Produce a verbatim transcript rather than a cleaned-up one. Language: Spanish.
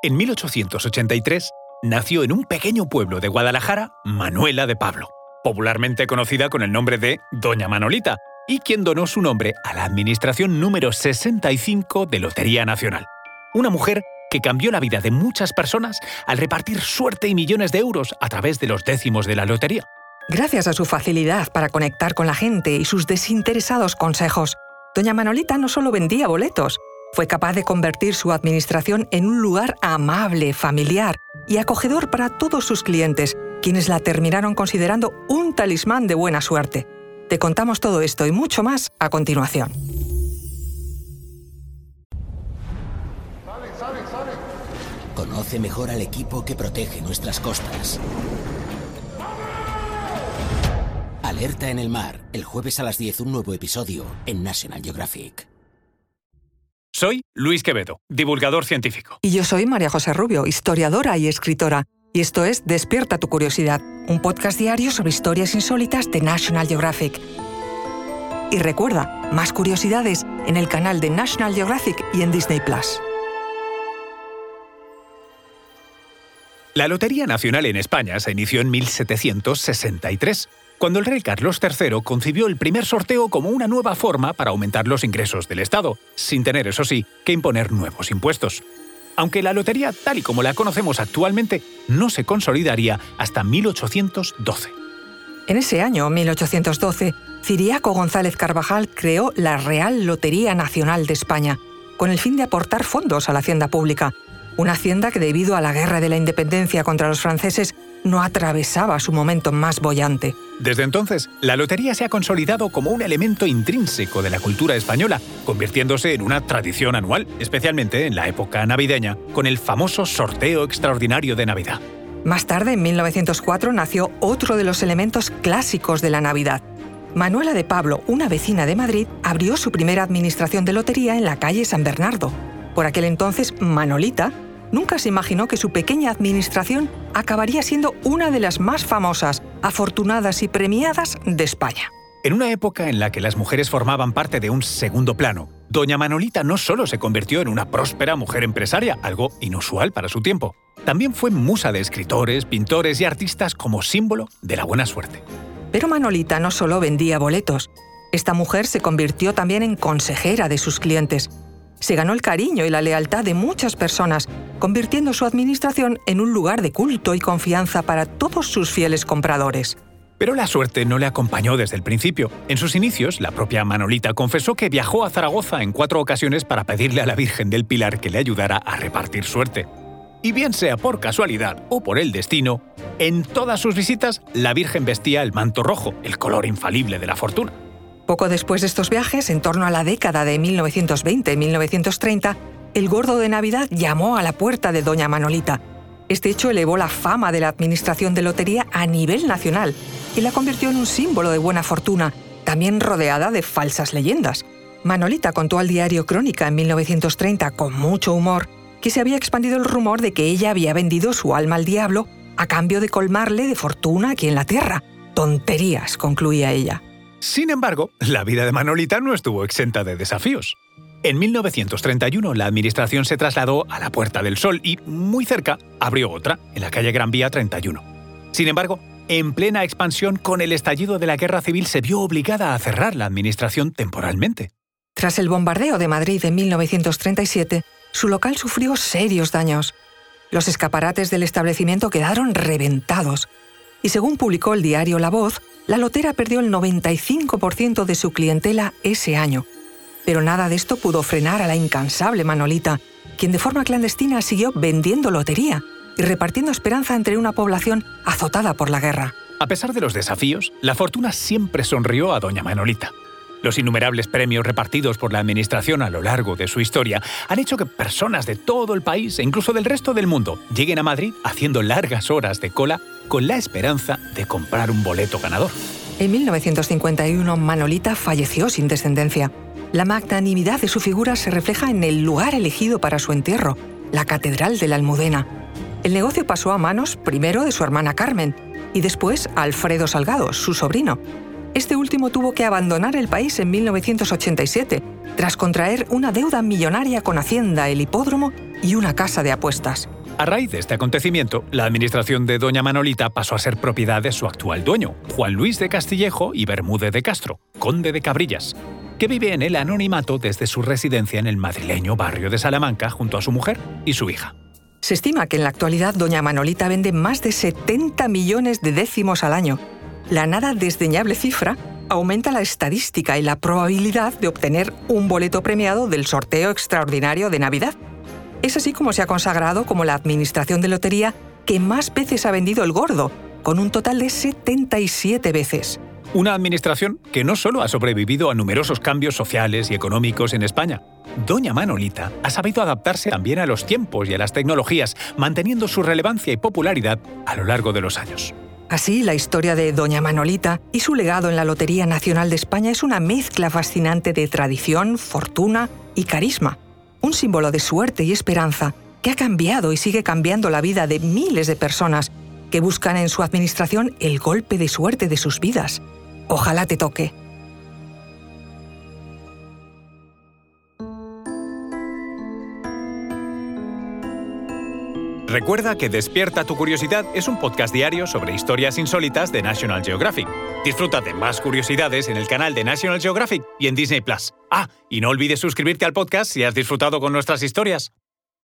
En mil ochocientos ochenta y tres nació en un pequeño pueblo de Guadalajara Manuela de Pablo, popularmente conocida con el nombre de Doña Manolita, y quien donó su nombre a la administración número sesenta y cinco de Lotería Nacional. Una mujer que cambió la vida de muchas personas al repartir suerte y millones de euros a través de los décimos de la lotería. Gracias a su facilidad para conectar con la gente y sus desinteresados consejos, Doña Manolita no solo vendía boletos, fue capaz de convertir su administración en un lugar amable, familiar y acogedor para todos sus clientes, quienes la terminaron considerando un talismán de buena suerte. Te contamos todo esto y mucho más a continuación. Conoce mejor al equipo que protege nuestras costas. Alerta en el mar, el jueves a las diez, un nuevo episodio en National Geographic. Soy Luis Quevedo, divulgador científico. Y yo soy María José Rubio, historiadora y escritora. Y esto es Despierta tu curiosidad, un podcast diario sobre historias insólitas de National Geographic. Y recuerda, más curiosidades en el canal de National Geographic y en Disney Plus. La Lotería Nacional en España se inició en mil setecientos sesenta y tres, cuando el rey Carlos tercero concibió el primer sorteo como una nueva forma para aumentar los ingresos del Estado, sin tener, eso sí, que imponer nuevos impuestos. Aunque la lotería, tal y como la conocemos actualmente, no se consolidaría hasta mil ochocientos doce. En ese año, mil ochocientos doce, Ciriaco González Carvajal creó la Real Lotería Nacional de España, con el fin de aportar fondos a la hacienda pública. Una hacienda que, debido a la Guerra de la Independencia contra los franceses, no atravesaba su momento más boyante. Desde entonces, la lotería se ha consolidado como un elemento intrínseco de la cultura española, convirtiéndose en una tradición anual, especialmente en la época navideña, con el famoso sorteo extraordinario de Navidad. Más tarde, en mil novecientos cuatro, nació otro de los elementos clásicos de la Navidad. Manuela de Pablo, una vecina de Madrid, abrió su primera administración de lotería en la calle San Bernardo. Por aquel entonces, Manolita nunca se imaginó que su pequeña administración acabaría siendo una de las más famosas, afortunadas y premiadas de España. En una época en la que las mujeres formaban parte de un segundo plano, Doña Manolita no solo se convirtió en una próspera mujer empresaria, algo inusual para su tiempo, también fue musa de escritores, pintores y artistas como símbolo de la buena suerte. Pero Manolita no solo vendía boletos. Esta mujer se convirtió también en consejera de sus clientes. Se ganó el cariño y la lealtad de muchas personas, convirtiendo su administración en un lugar de culto y confianza para todos sus fieles compradores. Pero la suerte no le acompañó desde el principio. En sus inicios, la propia Manolita confesó que viajó a Zaragoza en cuatro ocasiones para pedirle a la Virgen del Pilar que le ayudara a repartir suerte. Y bien sea por casualidad o por el destino, en todas sus visitas la Virgen vestía el manto rojo, el color infalible de la fortuna. Poco después de estos viajes, en torno a la década de mil novecientos veinte mil novecientos treinta, el Gordo de Navidad llamó a la puerta de Doña Manolita. Este hecho elevó la fama de la administración de lotería a nivel nacional y la convirtió en un símbolo de buena fortuna, también rodeada de falsas leyendas. Manolita contó al diario Crónica en mil novecientos treinta, con mucho humor, que se había expandido el rumor de que ella había vendido su alma al diablo a cambio de colmarle de fortuna aquí en la tierra. Tonterías, concluía ella. Sin embargo, la vida de Manolita no estuvo exenta de desafíos. En mil novecientos treinta y uno, la administración se trasladó a la Puerta del Sol y, muy cerca, abrió otra, en la calle Gran Vía treinta y uno. Sin embargo, en plena expansión, con el estallido de la Guerra Civil, se vio obligada a cerrar la administración temporalmente. Tras el bombardeo de Madrid en mil novecientos treinta y siete, su local sufrió serios daños. Los escaparates del establecimiento quedaron reventados. Y según publicó el diario La Voz, la lotera perdió el noventa y cinco por ciento de su clientela ese año. Pero nada de esto pudo frenar a la incansable Manolita, quien de forma clandestina siguió vendiendo lotería y repartiendo esperanza entre una población azotada por la guerra. A pesar de los desafíos, la fortuna siempre sonrió a Doña Manolita. Los innumerables premios repartidos por la administración a lo largo de su historia han hecho que personas de todo el país e incluso del resto del mundo lleguen a Madrid haciendo largas horas de cola con la esperanza de comprar un boleto ganador. En mil novecientos cincuenta y uno, Manolita falleció sin descendencia. La magnanimidad de su figura se refleja en el lugar elegido para su entierro, la Catedral de la Almudena. El negocio pasó a manos primero de su hermana Carmen y después a Alfredo Salgado, su sobrino. Este último tuvo que abandonar el país en mil novecientos ochenta y siete, tras contraer una deuda millonaria con Hacienda, el hipódromo y una casa de apuestas. A raíz de este acontecimiento, la administración de doña Manolita pasó a ser propiedad de su actual dueño, Juan Luis de Castillejo y Bermúdez de Castro, conde de Cabrillas, que vive en el anonimato desde su residencia en el madrileño barrio de Salamanca junto a su mujer y su hija. Se estima que en la actualidad doña Manolita vende más de setenta millones de décimos al año. La nada desdeñable cifra aumenta la estadística y la probabilidad de obtener un boleto premiado del sorteo extraordinario de Navidad. Es así como se ha consagrado como la administración de lotería que más veces ha vendido el gordo, con un total de setenta y siete veces. Una administración que no solo ha sobrevivido a numerosos cambios sociales y económicos en España. Doña Manolita ha sabido adaptarse también a los tiempos y a las tecnologías, manteniendo su relevancia y popularidad a lo largo de los años. Así, la historia de doña Manolita y su legado en la Lotería Nacional de España es una mezcla fascinante de tradición, fortuna y carisma. Un símbolo de suerte y esperanza que ha cambiado y sigue cambiando la vida de miles de personas que buscan en su administración el golpe de suerte de sus vidas. Ojalá te toque. Recuerda que Despierta tu Curiosidad es un podcast diario sobre historias insólitas de National Geographic. Disfruta de más curiosidades en el canal de National Geographic y en Disney Plus. Ah, y no olvides suscribirte al podcast si has disfrutado con nuestras historias.